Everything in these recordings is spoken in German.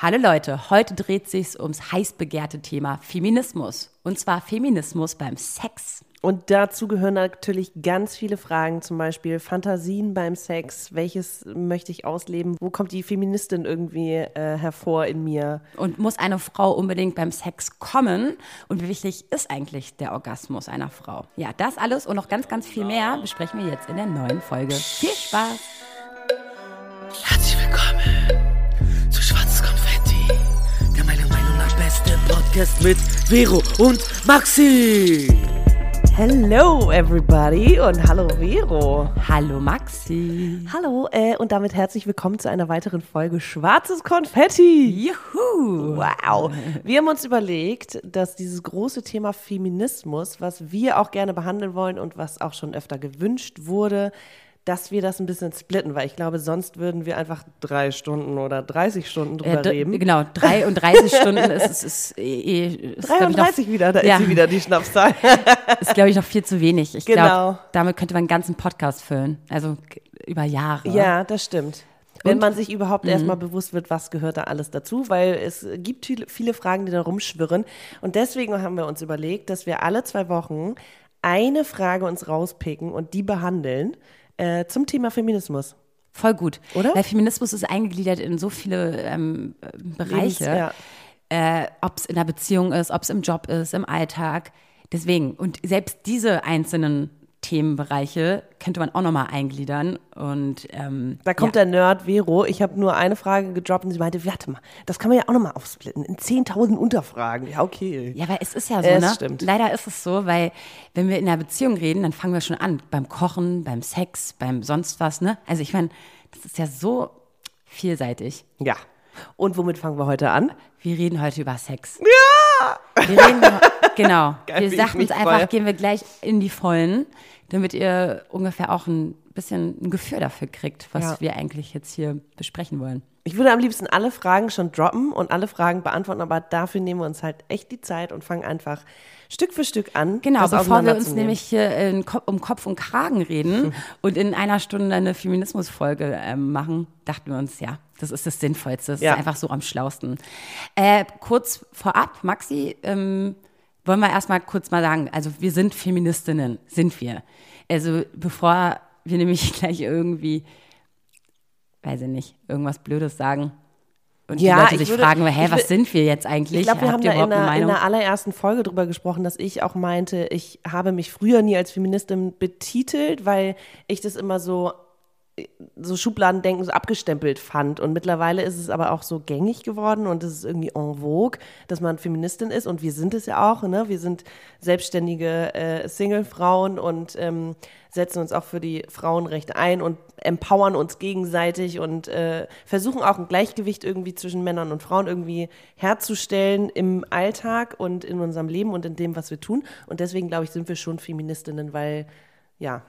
Hallo Leute, heute dreht sich's ums heiß begehrte Thema Feminismus. Und zwar Feminismus beim Sex. Und dazu gehören natürlich ganz viele Fragen, zum Beispiel Fantasien beim Sex. Welches möchte ich ausleben? Wo kommt die Feministin irgendwie hervor in mir? Und muss eine Frau unbedingt beim Sex kommen? Und wie wichtig ist eigentlich der Orgasmus einer Frau? Ja, das alles und noch ganz, ganz viel mehr besprechen wir jetzt in der neuen Folge. Viel Spaß! Herzlich willkommen zu Schwarzes Konfetti, der meiner Meinung nach beste Podcast mit Vero und Maxi. Hello everybody und hallo Vero. Hallo Maxi. Hallo und damit herzlich willkommen zu einer weiteren Folge Schwarzes Konfetti. Juhu. Wow. Wir haben uns überlegt, dass dieses große Thema Feminismus, was wir auch gerne behandeln wollen und was auch schon öfter gewünscht wurde, dass wir das ein bisschen splitten, weil ich glaube, sonst würden wir einfach 3 Stunden oder 30 Stunden drüber reden. Genau, 33 Stunden ist 33 wieder, da ist sie wieder, die Schnapszahl. Ist, glaube ich, noch viel zu wenig. Ich Genau. glaube, damit könnte man einen ganzen Podcast füllen, also über Jahre. Ja, das stimmt. Wenn man sich überhaupt erstmal bewusst wird, was gehört da alles dazu, weil es gibt viele Fragen, die da rumschwirren. Und deswegen haben wir uns überlegt, dass wir alle 2 Wochen eine Frage uns rauspicken und die behandeln. Zum Thema Feminismus. Voll gut. Oder? Weil Feminismus ist eingegliedert in so viele Bereiche. Ob es in der Beziehung ist, ob es im Job ist, im Alltag. Deswegen. Und selbst diese einzelnen Themenbereiche könnte man auch nochmal eingliedern. Und da kommt der Nerd Vero. Ich habe nur eine Frage gedroppt und sie meinte, warte mal, das kann man ja auch nochmal aufsplitten in 10.000 Unterfragen. Ja, okay. Ja, weil es ist ja so, ne? Stimmt. Leider ist es so, weil wenn wir in einer Beziehung reden, dann fangen wir schon an. Beim Kochen, beim Sex, beim sonst was, ne? Also ich meine, das ist ja so vielseitig. Ja. Und womit fangen wir heute an? Wir reden heute über Sex. Ja! Wir reden, genau. Geil, Wir wie sagen ich mich uns einfach, freue. gehen wir gleich in die Vollen, damit ihr ungefähr auch ein bisschen ein Gefühl dafür kriegt, was wir eigentlich jetzt hier besprechen wollen. Ich würde am liebsten alle Fragen schon droppen und alle Fragen beantworten, aber dafür nehmen wir uns halt echt die Zeit und fangen einfach Stück für Stück an. Genau, das bevor wir uns auseinanderzunehmen. nämlich hier um Kopf und Kragen reden und in einer Stunde eine Feminismusfolge machen, dachten wir uns, ja, das ist das Sinnvollste, das ist einfach so am schlausten. Kurz vorab, Maxi, wollen wir erstmal kurz mal sagen, also wir sind Feministinnen, sind wir. Also bevor wir nämlich gleich irgendwie, weiß ich nicht, irgendwas Blödes sagen und die Leute sich fragen, was sind wir jetzt eigentlich? Ich glaube, wir haben Habt ihr da in überhaupt eine Meinung? der allerersten Folge drüber gesprochen, dass ich auch meinte, ich habe mich früher nie als Feministin betitelt, weil ich das immer so Schubladendenken so abgestempelt fand. Und mittlerweile ist es aber auch so gängig geworden und es ist irgendwie en vogue, dass man Feministin ist. Und wir sind es ja auch, ne? Wir sind selbstständige Single-Frauen und setzen uns auch für die Frauenrechte ein und empowern uns gegenseitig und versuchen auch ein Gleichgewicht irgendwie zwischen Männern und Frauen irgendwie herzustellen im Alltag und in unserem Leben und in dem, was wir tun. Und deswegen, glaube ich, sind wir schon Feministinnen, weil, ja.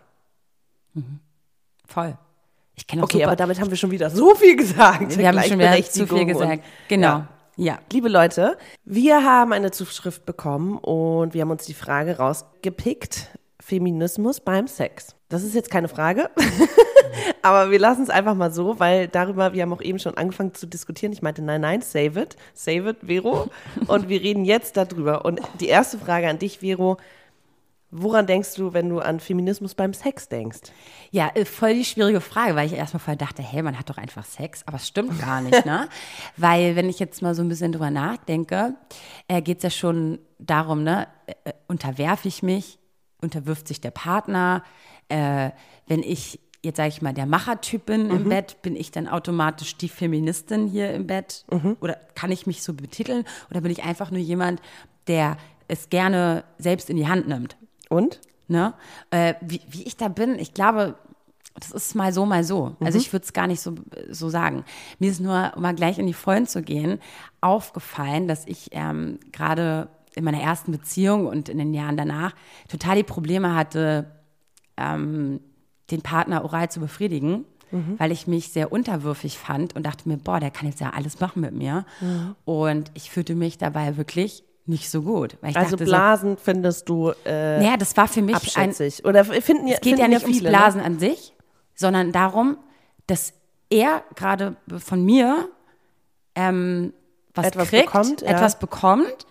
Voll. Ich kenne auch Okay, super. aber damit haben wir schon wieder so viel gesagt. Wir haben schon wieder zu viel gesagt. Und, Genau. Ja. Liebe Leute, wir haben eine Zuschrift bekommen und wir haben uns die Frage rausgepickt: Feminismus beim Sex. Das ist jetzt keine Frage, aber wir lassen es einfach mal so, weil wir haben auch eben schon angefangen zu diskutieren. Ich meinte, nein, save it, Vero. Und wir reden jetzt darüber. Und die erste Frage an dich, Vero: Woran denkst du, wenn du an Feminismus beim Sex denkst? Ja, voll die schwierige Frage, weil ich erstmal voll dachte, hey, man hat doch einfach Sex, aber es stimmt gar nicht, ne? Weil wenn ich jetzt mal so ein bisschen drüber nachdenke, geht es ja schon darum, ne, unterwerfe ich mich, unterwirft sich der Partner, wenn ich jetzt sage ich mal der Machertyp bin im Bett, bin ich dann automatisch die Feministin hier im Bett? Oder kann ich mich so betiteln? Oder bin ich einfach nur jemand, der es gerne selbst in die Hand nimmt? Und? Ne? Wie ich da bin, ich glaube, das ist mal so, mal so. Also ich würde es gar nicht so sagen. Mir ist nur, um mal gleich in die Vollen zu gehen, aufgefallen, dass ich gerade in meiner ersten Beziehung und in den Jahren danach total die Probleme hatte, den Partner oral zu befriedigen, weil ich mich sehr unterwürfig fand und dachte mir, boah, der kann jetzt ja alles machen mit mir. Und ich fühlte mich dabei wirklich nicht so gut. Weil ich Also dachte, Blasen findest du naja, das war für mich abschätzig. Oder finden es geht ja nicht ums viele, Blasen an sich, sondern darum, dass er gerade von mir was etwas kriegt, bekommt, etwas bekommt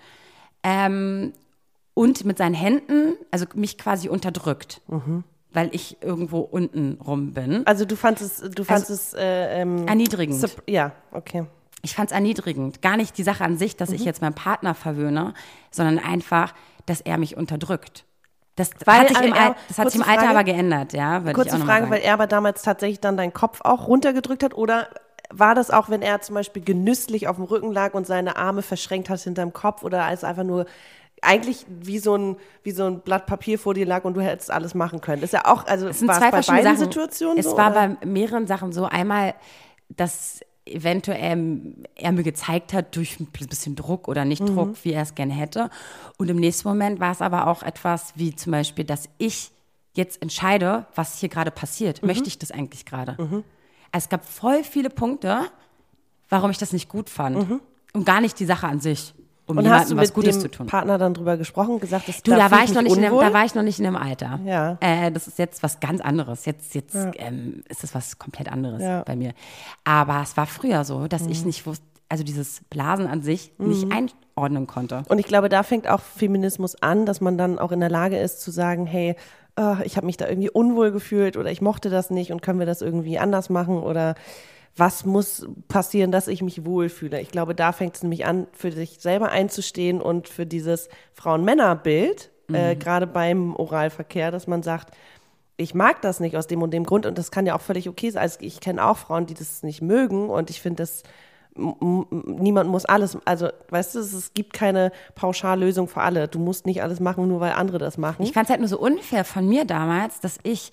und mit seinen Händen, also mich quasi unterdrückt, weil ich irgendwo unten rum bin. Also du fandst es Erniedrigend. Ja, okay. Ich fand es erniedrigend. Gar nicht die Sache an sich, dass ich jetzt meinen Partner verwöhne, sondern einfach, dass er mich unterdrückt. Das hat sich im Alter aber geändert, ja. Kurze Frage, weil er aber damals tatsächlich dann deinen Kopf auch runtergedrückt hat, oder war das auch, wenn er zum Beispiel genüsslich auf dem Rücken lag und seine Arme verschränkt hat hinterm Kopf, oder als einfach nur eigentlich wie so ein Blatt Papier vor dir lag und du hättest alles machen können? Ist ja auch, also war es bei beiden Situationen so? Es war bei mehreren Sachen so. Einmal, dass eventuell er mir gezeigt hat durch ein bisschen Druck oder nicht Druck, wie er es gerne hätte. Und im nächsten Moment war es aber auch etwas wie zum Beispiel, dass ich jetzt entscheide, was hier gerade passiert. Möchte ich das eigentlich gerade? Also es gab voll viele Punkte, warum ich das nicht gut fand. Und gar nicht die Sache an sich, um und jemandem was Gutes zu tun. Hast du mit dem Partner dann drüber gesprochen, gesagt, dass da war ich noch nicht in dem Alter. Ja. Das ist jetzt was ganz anderes. Jetzt ist es was komplett anderes bei mir. Aber es war früher so, dass ich nicht wusste, also dieses Blasen an sich nicht einordnen konnte. Und ich glaube, da fängt auch Feminismus an, dass man dann auch in der Lage ist zu sagen, hey, ich habe mich da irgendwie unwohl gefühlt oder ich mochte das nicht und können wir das irgendwie anders machen oder was muss passieren, dass ich mich wohlfühle. Ich glaube, da fängt es nämlich an, für sich selber einzustehen und für dieses Frauen-Männer-Bild, gerade beim Oralverkehr, dass man sagt, ich mag das nicht aus dem und dem Grund und das kann ja auch völlig okay sein. Also ich kenne auch Frauen, die das nicht mögen und ich finde, niemand muss alles, also weißt du, es gibt keine Pauschallösung für alle. Du musst nicht alles machen, nur weil andere das machen. Ich fand es halt nur so unfair von mir damals, dass ich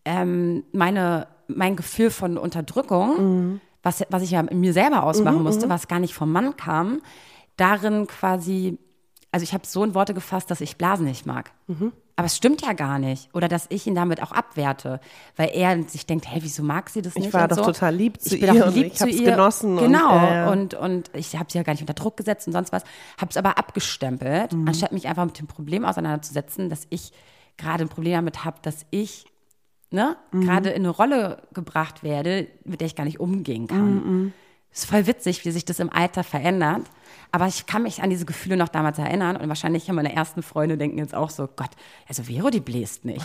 mein Gefühl von Unterdrückung, was ich ja in mir selber ausmachen musste, was gar nicht vom Mann kam, darin quasi, also ich habe so in Worte gefasst, dass ich Blasen nicht mag. Aber es stimmt ja gar nicht. Oder dass ich ihn damit auch abwerte, weil er sich denkt, hey, wieso mag sie das nicht? Ich war und doch so. Total lieb zu ich ihr bin und ich habe es genossen. Genau, und ich habe sie ja gar nicht unter Druck gesetzt und sonst was, habe es aber abgestempelt, anstatt mich einfach mit dem Problem auseinanderzusetzen, dass ich gerade ein Problem damit habe, dass ich gerade in eine Rolle gebracht werde, mit der ich gar nicht umgehen kann. Es ist voll witzig, wie sich das im Alter verändert. Aber ich kann mich an diese Gefühle noch damals erinnern und wahrscheinlich haben meine ersten Freunde denken jetzt auch so, Gott, also Vero, die bläst nicht.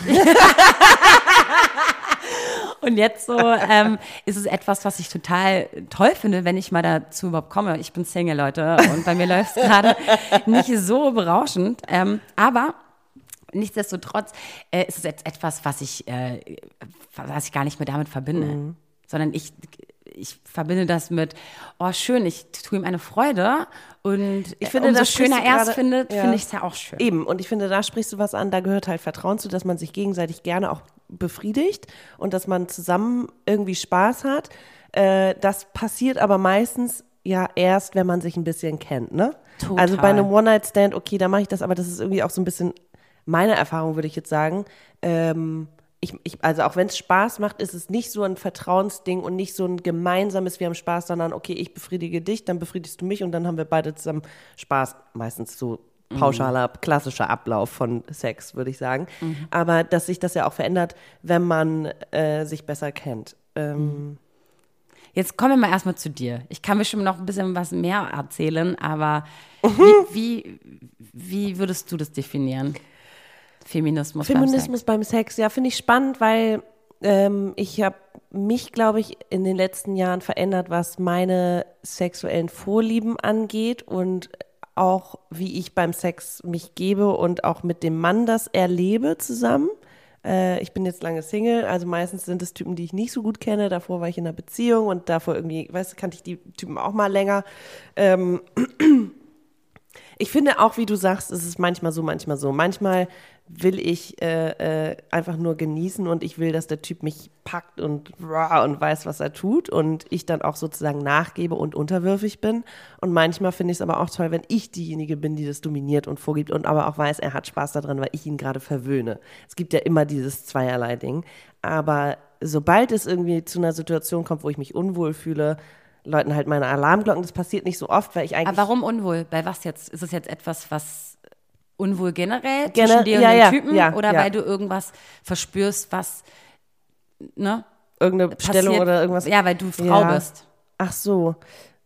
Und jetzt so ist es etwas, was ich total toll finde, wenn ich mal dazu überhaupt komme. Ich bin Single, Leute, und bei mir läuft es gerade nicht so berauschend. Aber nichtsdestotrotz ist es jetzt etwas, was ich gar nicht mehr damit verbinde. Sondern ich verbinde das mit, oh schön, ich tue ihm eine Freude und ich finde, umso schöner er es findet, ja. finde ich es ja auch schön. Eben, und ich finde, da sprichst du was an, da gehört halt Vertrauen zu, dass man sich gegenseitig gerne auch befriedigt und dass man zusammen irgendwie Spaß hat. Das passiert aber meistens ja erst, wenn man sich ein bisschen kennt, ne? Total. Also bei einem One-Night-Stand, okay, da mache ich das, aber das ist irgendwie auch so ein bisschen meine Erfahrung, würde ich jetzt sagen. Also auch wenn es Spaß macht, ist es nicht so ein Vertrauensding und nicht so ein gemeinsames, wir haben Spaß, sondern okay, ich befriedige dich, dann befriedigst du mich und dann haben wir beide zusammen Spaß. Meistens so pauschaler, klassischer Ablauf von Sex, würde ich sagen. Aber dass sich das ja auch verändert, wenn man sich besser kennt. Jetzt kommen wir mal erstmal zu dir. Ich kann bestimmt noch ein bisschen was mehr erzählen, aber wie würdest du das definieren? Feminismus beim Sex, ja, finde ich spannend, weil ich habe mich, glaube ich, in den letzten Jahren verändert, was meine sexuellen Vorlieben angeht und auch, wie ich beim Sex mich gebe und auch mit dem Mann das erlebe zusammen. Ich bin jetzt lange Single, also meistens sind es Typen, die ich nicht so gut kenne. Davor war ich in einer Beziehung und davor irgendwie, weißt du, kannte ich die Typen auch mal länger. Ich finde auch, wie du sagst, es ist manchmal so, manchmal so. Manchmal will ich einfach nur genießen und ich will, dass der Typ mich packt und weiß, was er tut und ich dann auch sozusagen nachgebe und unterwürfig bin. Und manchmal finde ich es aber auch toll, wenn ich diejenige bin, die das dominiert und vorgibt und aber auch weiß, er hat Spaß daran, weil ich ihn gerade verwöhne. Es gibt ja immer dieses Zweierlei-Ding. Aber sobald es irgendwie zu einer Situation kommt, wo ich mich unwohl fühle, läuten halt meine Alarmglocken. Das passiert nicht so oft, weil ich eigentlich... Aber warum unwohl? Bei was jetzt? Ist es jetzt etwas, was unwohl generell zwischen dir und dem Typen? Oder weil du irgendwas verspürst, was, ne? Irgendeine Stellung oder irgendwas? Ja, weil du Frau bist. Ach so.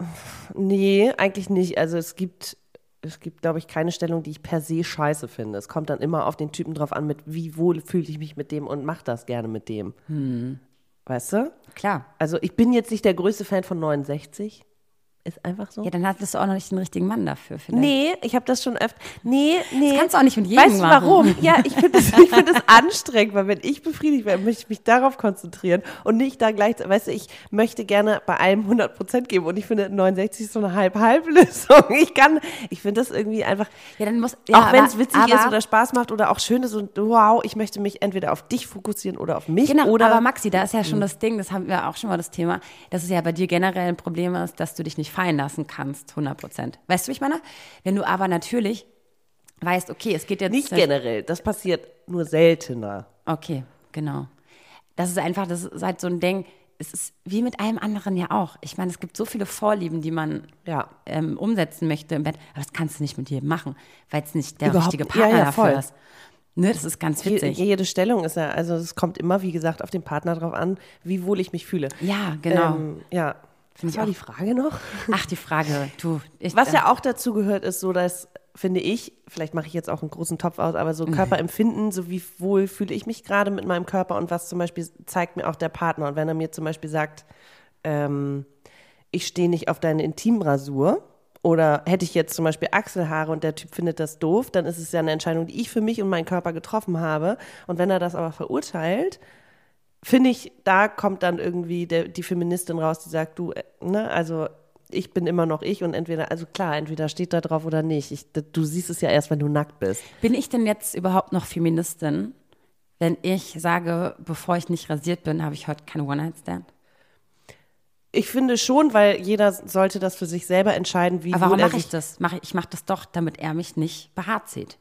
Nee, eigentlich nicht. Also es gibt, glaube ich, keine Stellung, die ich per se scheiße finde. Es kommt dann immer auf den Typen drauf an, mit wie wohl fühle ich mich mit dem und mach das gerne mit dem. Weißt du? Klar. Also ich bin jetzt nicht der größte Fan von 69. Ist einfach so. Ja, dann hattest du auch noch nicht den richtigen Mann dafür vielleicht. Nee, ich habe das schon öfter. Nee. Das kannst du auch nicht mit jedem Weißt du machen. warum? Ja, ich finde das anstrengend, weil wenn ich befriedigt werde, möchte ich mich darauf konzentrieren und nicht da gleich, weißt du, ich möchte gerne bei allem 100% geben und ich finde 69 ist so eine Halb-Halb-Lösung. Ich finde das irgendwie einfach, Ja, dann muss, auch wenn es witzig ist oder Spaß macht oder auch schön ist und wow, ich möchte mich entweder auf dich fokussieren oder auf mich. Genau, oder aber Maxi, da ist ja schon das Ding, das haben wir auch schon mal das Thema, dass es ja bei dir generell ein Problem ist, dass du dich nicht fallen lassen kannst, 100%. Weißt du, wie ich meine? Wenn du aber natürlich weißt, okay, es geht jetzt... Nicht generell, das passiert nur seltener. Okay, genau. Das ist halt so ein Ding, es ist wie mit allem anderen ja auch. Ich meine, es gibt so viele Vorlieben, die man umsetzen möchte im Bett, aber das kannst du nicht mit jedem machen, weil es nicht der richtige Partner dafür voll. ist. Ne, das ist ganz witzig. Jede Stellung ist ja, also es kommt immer, wie gesagt, auf den Partner drauf an, wie wohl ich mich fühle. Ja, genau. Ja. Was war die Frage noch? Ach, die Frage, Was ja auch dazu gehört, ist so, dass, finde ich, vielleicht mache ich jetzt auch einen großen Topf aus, aber so Körperempfinden, so wie wohl fühle ich mich gerade mit meinem Körper und was zum Beispiel zeigt mir auch der Partner. Und wenn er mir zum Beispiel sagt, ich stehe nicht auf deine Intimrasur oder hätte ich jetzt zum Beispiel Achselhaare und der Typ findet das doof, dann ist es ja eine Entscheidung, die ich für mich und meinen Körper getroffen habe. Und wenn er das aber verurteilt, finde ich, da kommt dann irgendwie die Feministin raus, die sagt, du, ne, also ich bin immer noch ich und entweder steht da drauf oder nicht. Du siehst es ja erst, wenn du nackt bist. Bin ich denn jetzt überhaupt noch Feministin, wenn ich sage, bevor ich nicht rasiert bin, habe ich heute keine One-Night-Stand? Ich finde schon, weil jeder sollte das für sich selber entscheiden, wie Aber warum wohl er mache ich sich... das? Ich mache das doch, damit er mich nicht behaart sieht.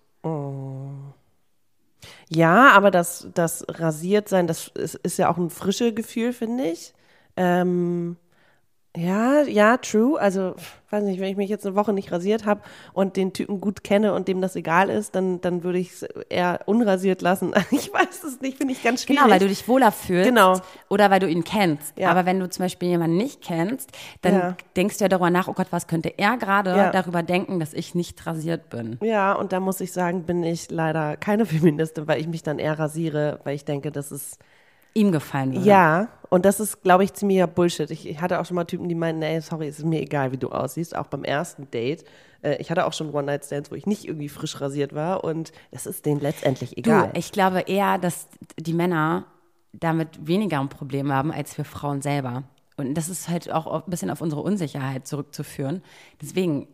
Ja, aber das Rasiertsein, das ist ja auch ein frisches Gefühl, finde ich. Ja, true. Also, weiß nicht, wenn ich mich jetzt eine Woche nicht rasiert habe und den Typen gut kenne und dem das egal ist, dann würde ich es eher unrasiert lassen. Ich weiß es nicht, finde ich ganz schwierig. Genau, weil du dich wohler fühlst. Genau. Oder weil du ihn kennst. Ja. Aber wenn du zum Beispiel jemanden nicht kennst, dann denkst du ja darüber nach, oh Gott, was könnte er gerade darüber denken, dass ich nicht rasiert bin. Ja, und da muss ich sagen, bin ich leider keine Feministin, weil ich mich dann eher rasiere, weil ich denke, das ist... Ihm gefallen würde. Ja, und das ist, glaube ich, ziemlicher Bullshit. Ich hatte auch schon mal Typen, die meinten, ey, sorry, es ist mir egal, wie du aussiehst, auch beim ersten Date. Ich hatte auch schon One-Night-Stands, wo ich nicht irgendwie frisch rasiert war und das ist denen letztendlich egal. Du, ich glaube eher, dass die Männer damit weniger ein Problem haben, als wir Frauen selber. Und das ist halt auch ein bisschen auf unsere Unsicherheit zurückzuführen. Deswegen,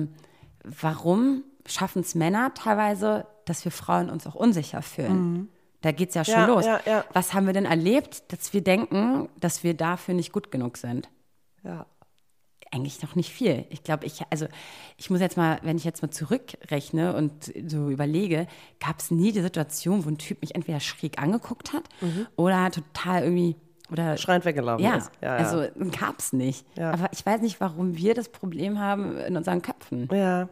warum schaffen es Männer teilweise, dass wir Frauen uns auch unsicher fühlen? Da geht es ja schon los. Ja. Was haben wir denn erlebt, dass wir denken, dass wir dafür nicht gut genug sind? Ja. Eigentlich noch nicht viel. Ich glaube, ich muss jetzt mal, wenn ich jetzt mal zurückrechne und so überlege, gab es nie die Situation, wo ein Typ mich entweder schräg angeguckt hat oder total irgendwie oder Schreiend weggelaufen ist. Ja, also gab es nicht. Ja. Aber ich weiß nicht, warum wir das Problem haben in unseren Köpfen. Ja.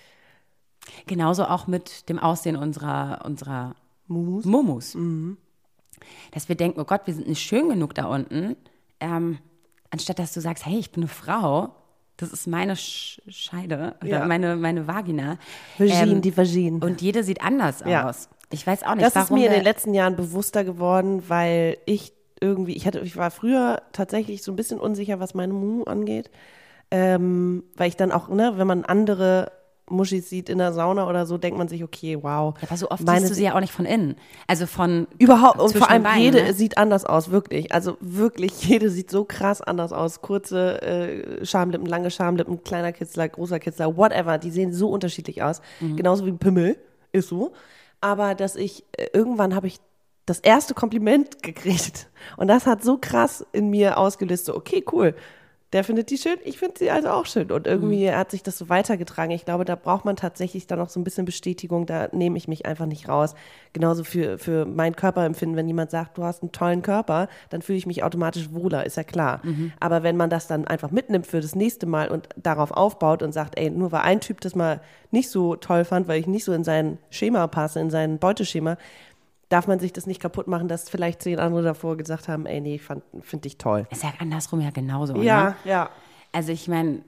Genauso auch mit dem Aussehen unserer Mumus. Dass wir denken, oh Gott, wir sind nicht schön genug da unten, anstatt dass du sagst, hey, ich bin eine Frau, das ist meine Scheide oder meine Vagina. Die Vagine. Und jede sieht anders aus. Ich weiß auch nicht, das warum. Das ist mir in den letzten Jahren bewusster geworden, weil ich war früher tatsächlich so ein bisschen unsicher, was meine Mumu angeht, weil ich dann auch, wenn man andere Muschis sieht in der Sauna oder so, denkt man sich, okay, wow. Ja, aber so oft siehst du sie ja auch nicht von innen. Also von überhaupt, und vor allem Beinen, jede sieht anders aus, wirklich. Also wirklich, jede sieht so krass anders aus. Kurze Schamlippen, lange Schamlippen, kleiner Kitzler, großer Kitzler, whatever. Die sehen so unterschiedlich aus. Genauso wie Pimmel, ist so. Aber irgendwann habe ich das erste Kompliment gekriegt. Und das hat so krass in mir ausgelöst, so, okay, cool. Der findet die schön, ich finde sie also auch schön. Und irgendwie hat sich das so weitergetragen. Ich glaube, da braucht man tatsächlich dann noch so ein bisschen Bestätigung. Da nehme ich mich einfach nicht raus. Genauso für mein Körperempfinden. Wenn jemand sagt, du hast einen tollen Körper, dann fühle ich mich automatisch wohler, ist ja klar. Aber wenn man das dann einfach mitnimmt für das nächste Mal und darauf aufbaut und sagt, ey, nur weil ein Typ das mal nicht so toll fand, weil ich nicht so in sein Schema passe, in sein Beuteschema, darf man sich das nicht kaputt machen, dass vielleicht 10 andere davor gesagt haben, ey, nee, finde ich toll. Ist ja andersrum ja genauso, Ja, ne? ja. Also ich meine,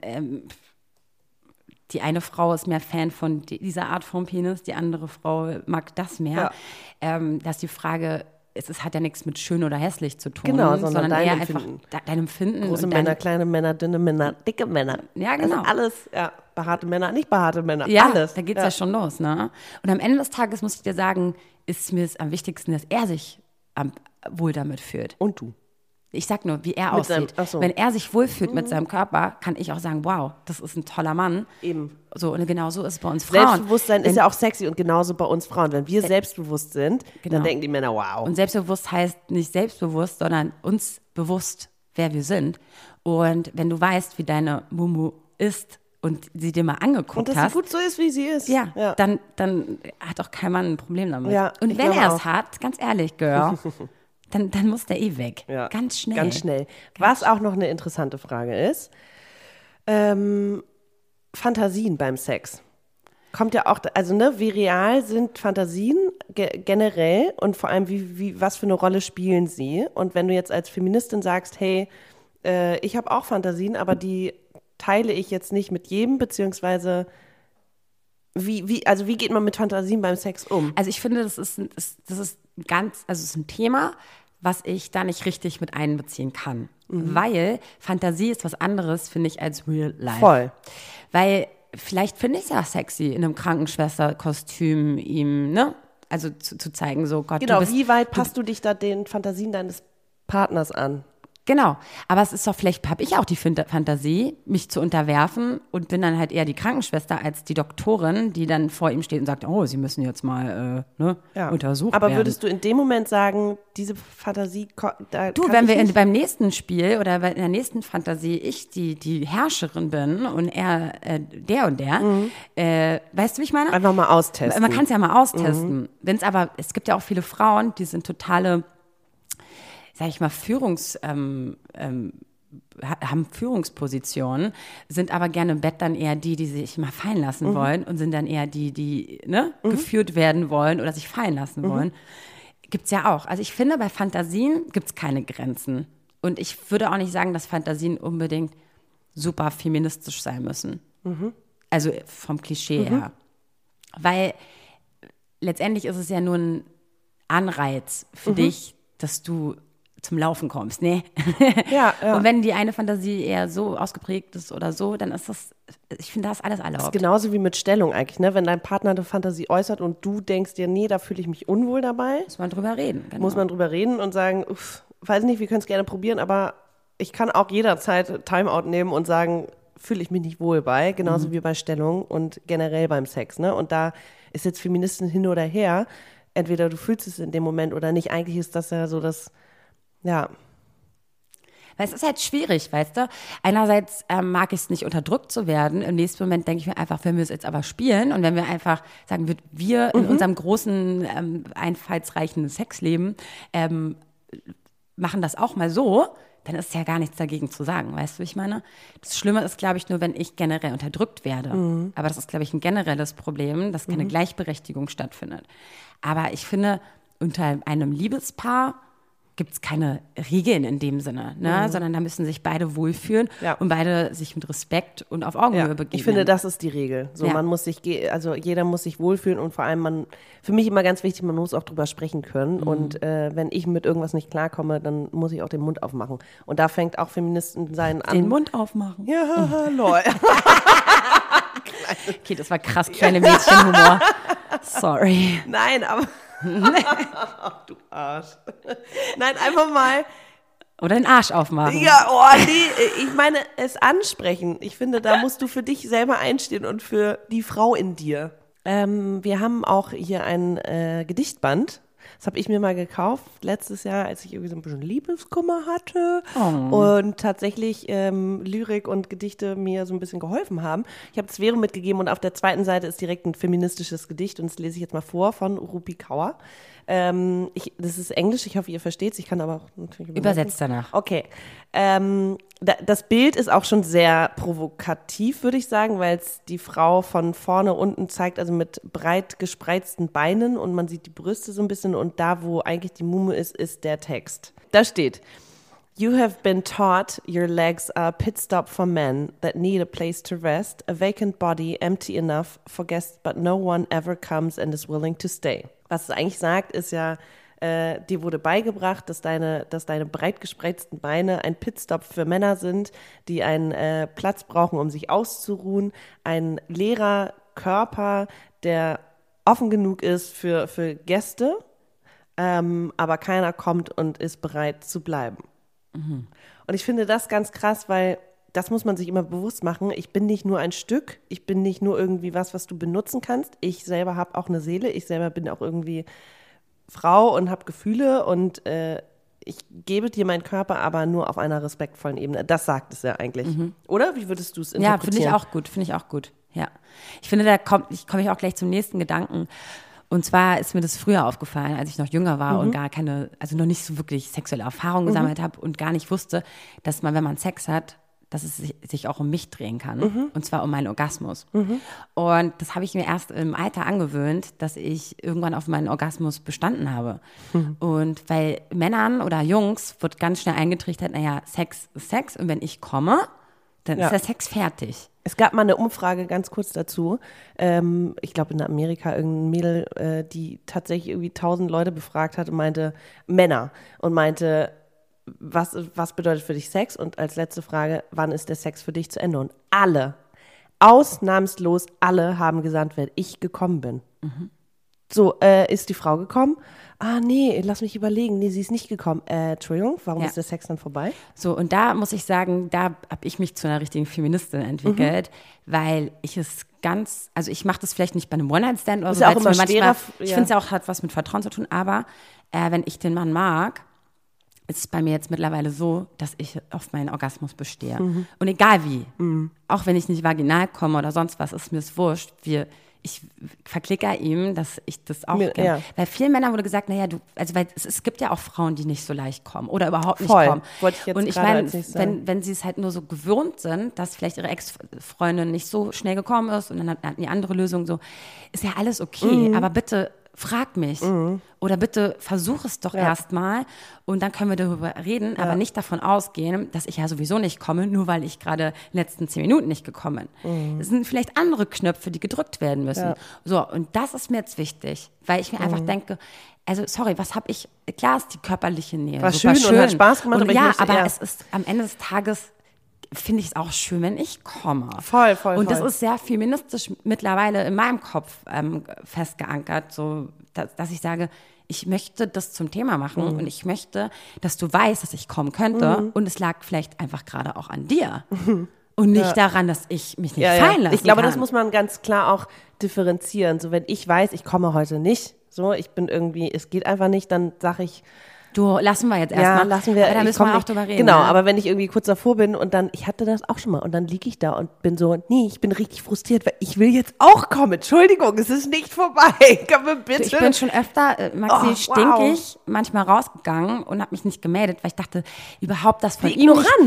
die eine Frau ist mehr Fan von dieser Art von Penis, die andere Frau mag das mehr. Ja. Da ist die Frage, es hat ja nichts mit schön oder hässlich zu tun, genau, sondern eher Empfinden. einfach dein Empfinden. Große Männer, kleine Männer, dünne Männer, dicke Männer. Ja, genau. Also alles, ja, behaarte Männer, nicht behaarte Männer, ja, alles. Da geht's ja schon los, ne? Und am Ende des Tages muss ich dir sagen, ist mir es am wichtigsten, dass er sich wohl damit fühlt. Und du? Ich sag nur, wie er aussieht. Wenn er sich wohlfühlt mit seinem Körper, kann ich auch sagen, wow, das ist ein toller Mann. Eben. So, und genau so ist es bei uns Frauen. Selbstbewusstsein ist ja auch sexy und genauso bei uns Frauen. Wenn wir selbstbewusst sind, dann denken die Männer, wow. Und selbstbewusst heißt nicht selbstbewusst, sondern uns bewusst, wer wir sind. Und wenn du weißt, wie deine Mumu ist und sie dir mal angeguckt hast. Und dass sie gut so ist, wie sie ist. Ja. Dann hat auch kein Mann ein Problem damit. Ja, und wenn er es hat, ganz ehrlich, Girl, dann muss der weg. Ja, ganz schnell. Ganz schnell. Was auch noch eine interessante Frage ist, Fantasien beim Sex. Kommt ja auch, also wie real sind Fantasien generell und vor allem, was für eine Rolle spielen sie? Und wenn du jetzt als Feministin sagst, hey, ich habe auch Fantasien, aber die teile ich jetzt nicht mit jedem, beziehungsweise wie geht man mit Fantasien beim Sex um? Also ich finde, das ist es ist ein Thema, was ich da nicht richtig mit einbeziehen kann. Weil Fantasie ist was anderes, finde ich, als Real Life. Voll. Weil vielleicht finde ich es ja sexy, in einem Krankenschwesterkostüm ihm, ne? Also zu zeigen, so Gott, genau, wie weit passt du dich da den Fantasien deines Partners an? Genau, aber es ist doch, vielleicht habe ich auch die Fantasie, mich zu unterwerfen und bin dann halt eher die Krankenschwester als die Doktorin, die dann vor ihm steht und sagt, oh, Sie müssen jetzt mal untersucht werden. Aber würdest du in dem Moment sagen, diese Fantasie, wenn wir beim nächsten Spiel oder in der nächsten Fantasie ich die Herrscherin bin und er der und der, weißt du, wie ich meine? Einfach mal austesten. Man kann es ja mal austesten. Es gibt ja auch viele Frauen, die sind totale, sag ich mal, haben Führungspositionen, sind aber gerne im Bett dann eher die sich mal fallen lassen wollen und sind dann eher die geführt werden wollen oder sich fallen lassen wollen. Gibt's ja auch. Also ich finde, bei Fantasien gibt's keine Grenzen. Und ich würde auch nicht sagen, dass Fantasien unbedingt super feministisch sein müssen. Also vom Klischee her. Weil letztendlich ist es ja nur ein Anreiz für dich, dass du zum Laufen kommst, ne? Ja. Und wenn die eine Fantasie eher so ausgeprägt ist oder so, dann ist das, ich finde, das alles erlaubt. Das ist genauso wie mit Stellung eigentlich, ne? Wenn dein Partner eine Fantasie äußert und du denkst dir, nee, da fühle ich mich unwohl dabei. Muss man drüber reden. Genau. Muss man drüber reden und sagen, weiß nicht, wir können es gerne probieren, aber ich kann auch jederzeit Timeout nehmen und sagen, fühle ich mich nicht wohl bei, genauso wie bei Stellung und generell beim Sex, ne? Und da ist jetzt Feministin hin oder her, entweder du fühlst es in dem Moment oder nicht. Eigentlich ist das ja so das, ja. Weil es ist halt schwierig, weißt du? Einerseits mag ich es nicht, unterdrückt zu werden. Im nächsten Moment denke ich mir einfach, wenn wir es jetzt aber spielen und wenn wir einfach sagen, wir in unserem großen, einfallsreichen Sexleben machen das auch mal so, dann ist ja gar nichts dagegen zu sagen, weißt du, wie ich meine? Das Schlimme ist, glaube ich, nur, wenn ich generell unterdrückt werde. Aber das ist, glaube ich, ein generelles Problem, dass keine Gleichberechtigung stattfindet. Aber ich finde, unter einem Liebespaar gibt es keine Regeln in dem Sinne, ne? Sondern da müssen sich beide wohlfühlen und beide sich mit Respekt und auf Augenhöhe begegnen. Ich finde, das ist die Regel. So, man muss sich, also jeder muss sich wohlfühlen und vor allem für mich immer ganz wichtig, man muss auch drüber sprechen können. Und wenn ich mit irgendwas nicht klarkomme, dann muss ich auch den Mund aufmachen. Und da fängt auch Feministen sein an. Den Mund aufmachen. Ja, lol. Okay, das war krass, kleine Mädchenhumor. Sorry. Nein, aber du Arsch. Nein, einfach mal. Oder den Arsch aufmachen. Ja, nee, ich meine, es ansprechen. Ich finde, da musst du für dich selber einstehen und für die Frau in dir. Wir haben auch hier ein Gedichtband. Das habe ich mir mal gekauft letztes Jahr, als ich irgendwie so ein bisschen Liebeskummer hatte und tatsächlich Lyrik und Gedichte mir so ein bisschen geholfen haben. Ich habe es Vero mitgegeben und auf der zweiten Seite ist direkt ein feministisches Gedicht und das lese ich jetzt mal vor von Rupi Kaur. Das ist Englisch, ich hoffe, ihr versteht es. Ich kann aber auch natürlich übersetzt danach. Okay. Das Bild ist auch schon sehr provokativ, würde ich sagen, weil es die Frau von vorne unten zeigt, also mit breit gespreizten Beinen und man sieht die Brüste so ein bisschen und da, wo eigentlich die Mumu ist, ist der Text. Da steht: You have been taught your legs are a pit stop for men that need a place to rest, a vacant body empty enough for guests, but no one ever comes and is willing to stay. Was es eigentlich sagt, ist ja, dir wurde beigebracht, dass deine breit gespreizten Beine ein Pitstop für Männer sind, die einen Platz brauchen, um sich auszuruhen, ein leerer Körper, der offen genug ist für Gäste, aber keiner kommt und ist bereit zu bleiben. Mhm. Und ich finde das ganz krass, weil das muss man sich immer bewusst machen. Ich bin nicht nur ein Stück, ich bin nicht nur irgendwie was du benutzen kannst. Ich selber habe auch eine Seele, ich selber bin auch irgendwie Frau und habe Gefühle und ich gebe dir meinen Körper, aber nur auf einer respektvollen Ebene. Das sagt es ja eigentlich. Mhm. Oder? Wie würdest du es interpretieren? Ja, finde ich auch gut. Ja. Ich finde, komme ich auch gleich zum nächsten Gedanken. Und zwar ist mir das früher aufgefallen, als ich noch jünger war und noch nicht so wirklich sexuelle Erfahrungen gesammelt habe und gar nicht wusste, dass man, wenn man Sex hat, dass es sich auch um mich drehen kann. Und zwar um meinen Orgasmus. Und das habe ich mir erst im Alter angewöhnt, dass ich irgendwann auf meinen Orgasmus bestanden habe. Und weil Männern oder Jungs wird ganz schnell eingetrichtert, naja, Sex ist Sex und wenn ich komme, dann ist der Sex fertig. Es gab mal eine Umfrage, ganz kurz dazu, ich glaube in Amerika irgendein Mädel, die tatsächlich irgendwie 1000 Leute befragt hat und meinte, Männer, und meinte, was bedeutet für dich Sex? Und als letzte Frage, wann ist der Sex für dich zu Ende? Und alle, ausnahmslos alle haben gesagt, wenn ich gekommen bin. So, ist die Frau gekommen? Ah, nee, lass mich überlegen. Nee, sie ist nicht gekommen. Entschuldigung, warum ist der Sex dann vorbei? So, und da muss ich sagen, da habe ich mich zu einer richtigen Feministin entwickelt, weil ich es ich mache das vielleicht nicht bei einem One-Night-Stand oder so, auch immer manchmal, ich finde es ja auch, hat was mit Vertrauen zu tun, aber wenn ich den Mann mag, ist es bei mir jetzt mittlerweile so, dass ich auf meinen Orgasmus bestehe. Und egal wie, auch wenn ich nicht vaginal komme oder sonst was, ist mir es wurscht, ich verklicke ihm, dass ich das auch gerne. Ja. Weil vielen Männern wurde gesagt, naja, weil es gibt ja auch Frauen, die nicht so leicht kommen oder überhaupt nicht kommen. Wollte ich jetzt und ich meine, wenn sie es halt nur so gewöhnt sind, dass vielleicht ihre Ex-Freundin nicht so schnell gekommen ist und dann hatten die andere Lösung so, ist ja alles okay, aber bitte frag mich oder bitte versuch es doch erstmal und dann können wir darüber reden, aber nicht davon ausgehen, dass ich ja sowieso nicht komme, nur weil ich gerade die letzten 10 Minuten nicht gekommen bin. Es sind vielleicht andere Knöpfe, die gedrückt werden müssen. Ja. So, und das ist mir jetzt wichtig, weil ich mir einfach denke, also sorry, was habe ich, klar ist die körperliche Nähe war schön und hat Spaß gemacht. Und aber es ist am Ende des Tages, finde ich es auch schön, wenn ich komme. Voll. Und das ist sehr feministisch mittlerweile in meinem Kopf festgeankert, so, dass ich sage, ich möchte das zum Thema machen und ich möchte, dass du weißt, dass ich kommen könnte und es lag vielleicht einfach gerade auch an dir und nicht daran, dass ich mich nicht fallen lassen Ich glaube, kann. das muss man ganz klar auch differenzieren. So, wenn ich weiß, ich komme heute nicht, so, ich bin irgendwie, es geht einfach nicht, dann sage ich, Du, lassen wir jetzt erstmal. Ja, lassen wir. Aber da müssen wir auch drüber reden. Genau, ne? aber wenn ich irgendwie kurz davor bin und dann, ich hatte das auch schon mal und dann liege ich da und bin so, nee, ich bin richtig frustriert, weil ich will jetzt auch kommen. Entschuldigung, es ist nicht vorbei. Komm mir bitte. Ich bin schon öfter, Maxi, stinkig manchmal rausgegangen und habe mich nicht gemeldet, weil ich dachte, überhaupt das von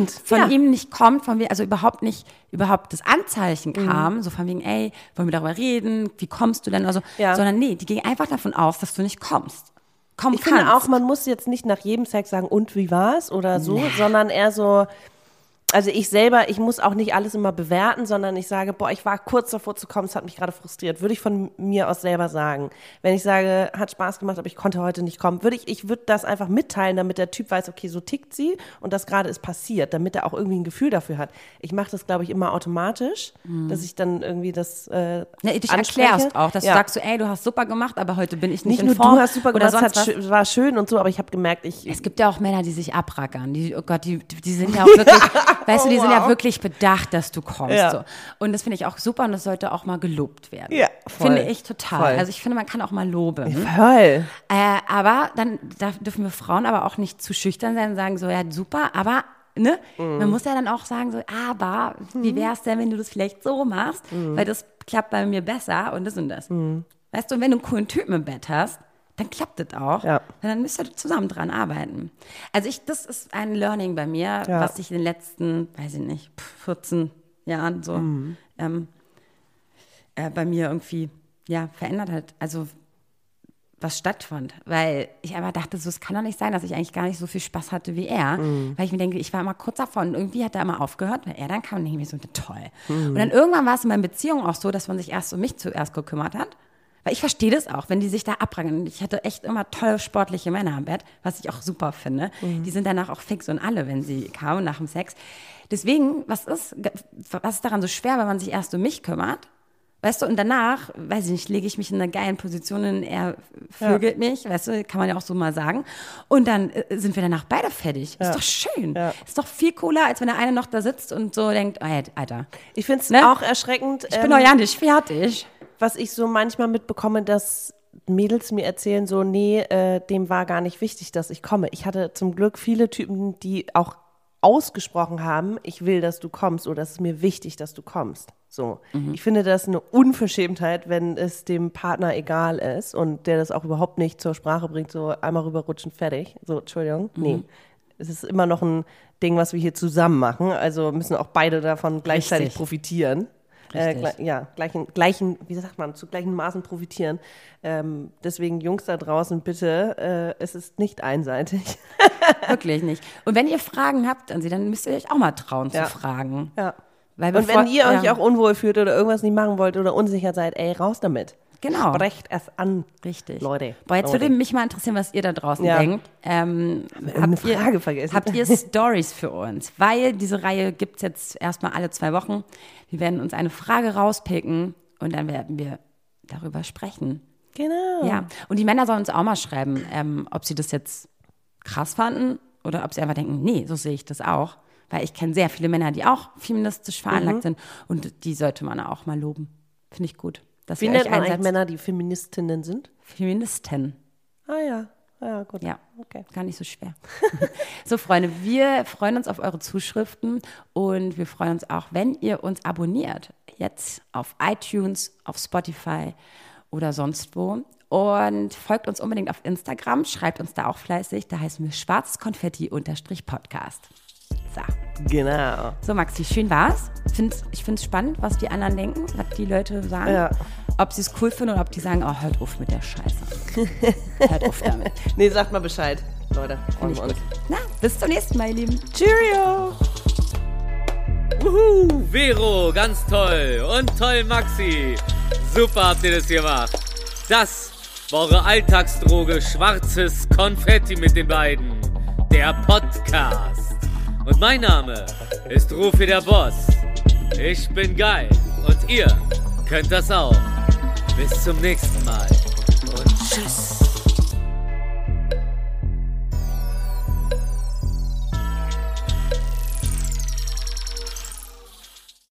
ihm nicht kommt, also überhaupt das Anzeichen kam, so von wegen, ey, wollen wir darüber reden, wie kommst du denn, also, sondern nee, die ging einfach davon aus, dass du nicht kommst. Ich finde auch, man muss jetzt nicht nach jedem Sex sagen, und wie war's oder so, sondern eher so, also ich muss auch nicht alles immer bewerten, sondern ich sage, ich war kurz davor zu kommen, es hat mich gerade frustriert. Würde ich von mir aus selber sagen. Wenn ich sage, hat Spaß gemacht, aber ich konnte heute nicht kommen, ich würde das einfach mitteilen, damit der Typ weiß, okay, so tickt sie und das gerade ist passiert, damit er auch irgendwie ein Gefühl dafür hat. Ich mache das, glaube ich, immer automatisch, dass ich dann irgendwie das dich erklärst auch, dass du sagst so, ey, du hast super gemacht, aber heute bin ich nicht in nur Form. Du hast super gemacht, es war schön und so, aber ich habe gemerkt, Es gibt ja auch Männer, die sich abrackern, die sind ja auch wirklich, weißt du, die sind ja wirklich bedacht, dass du kommst. Ja. So. Und das finde ich auch super und das sollte auch mal gelobt werden. Ja, voll. Finde ich total. Voll. Also ich finde, man kann auch mal loben. Voll. Aber dann dürfen wir Frauen aber auch nicht zu schüchtern sein und sagen so, ja super, aber ne? Man muss ja dann auch sagen so, aber wie wäre es denn, wenn du das vielleicht so machst, weil das klappt bei mir besser und das und das. Weißt du, und wenn du einen coolen Typen im Bett hast, dann klappt das auch. Ja. Dann müsst ihr zusammen dran arbeiten. Also das ist ein Learning bei mir, was sich in den letzten, 14 Jahren so bei mir irgendwie verändert hat. Also was stattfand, weil ich einfach dachte, so, es kann doch nicht sein, dass ich eigentlich gar nicht so viel Spaß hatte wie er, weil ich mir denke, ich war immer kurz davon und irgendwie hat er immer aufgehört, weil er dann kam und ich mir so, toll. Und dann irgendwann war es in meinen Beziehungen auch so, dass man sich erst um mich zuerst gekümmert hat, weil ich verstehe das auch, wenn die sich da abrangen. Ich hatte echt immer tolle sportliche Männer am Bett, was ich auch super finde. Die sind danach auch fix und alle, wenn sie kamen nach dem Sex. Deswegen, was ist daran so schwer, wenn man sich erst um mich kümmert? Weißt du, und danach, weiß ich nicht, lege ich mich in einer geilen Position und er vögelt mich, weißt du, kann man ja auch so mal sagen. Und dann sind wir danach beide fertig. Ist doch schön. Ja. Ist doch viel cooler, als wenn der eine noch da sitzt und so denkt, oh, Alter. Ich finde es auch erschreckend. Ich bin doch ja nicht fertig. Was ich so manchmal mitbekomme, dass Mädels mir erzählen so, nee, dem war gar nicht wichtig, dass ich komme. Ich hatte zum Glück viele Typen, die auch ausgesprochen haben, ich will, dass du kommst oder es ist mir wichtig, dass du kommst. So. Ich finde das eine Unverschämtheit, wenn es dem Partner egal ist und der das auch überhaupt nicht zur Sprache bringt, so einmal rüberrutschen, fertig. So, Entschuldigung, nee. Es ist immer noch ein Ding, was wir hier zusammen machen, also müssen auch beide davon gleichzeitig profitieren. Wie sagt man, zu gleichen Maßen profitieren. Deswegen, Jungs da draußen, bitte, es ist nicht einseitig. Wirklich nicht. Und wenn ihr Fragen habt an sie, dann müsst ihr euch auch mal trauen zu fragen. Ja. Und wenn ihr euch auch unwohl fühlt oder irgendwas nicht machen wollt oder unsicher seid, ey, raus damit. Genau. Sprecht es an. Richtig. Leute. Boah, jetzt würde mich mal interessieren, was ihr da draußen denkt. Habt ihr Stories für uns? Weil diese Reihe gibt es jetzt erstmal alle 2 Wochen. Wir werden uns eine Frage rauspicken und dann werden wir darüber sprechen. Genau. Ja. Und die Männer sollen uns auch mal schreiben, ob sie das jetzt krass fanden oder ob sie einfach denken, nee, so sehe ich das auch. Weil ich kenne sehr viele Männer, die auch feministisch veranlagt sind und die sollte man auch mal loben. Finde ich gut. Wie nennt man eigentlich Männer, die Feministinnen sind? Feministen. Ah ja, ja gut. Ja, okay. Gar nicht so schwer. So, Freunde, wir freuen uns auf eure Zuschriften und wir freuen uns auch, wenn ihr uns abonniert. Jetzt auf iTunes, auf Spotify oder sonst wo. Und folgt uns unbedingt auf Instagram, schreibt uns da auch fleißig. Da heißen wir schwarzeskonfetti_Podcast. So. Genau. So, Maxi, schön war's. Ich finde es spannend, was die anderen denken, was die Leute sagen. Ja. Ob sie es cool finden oder ob die sagen, oh, hört auf mit der Scheiße. Hört auf damit. Nee, sagt mal Bescheid, Leute. Na, bis zum nächsten Mal, ihr Lieben. Cheerio! Vero, ganz toll. Und toll, Maxi. Super habt ihr das gemacht. Das war eure Alltagsdroge schwarzes Konfetti mit den beiden. Der Podcast. Und mein Name ist Rufi der Boss. Ich bin geil und ihr könnt das auch. Bis zum nächsten Mal und tschüss.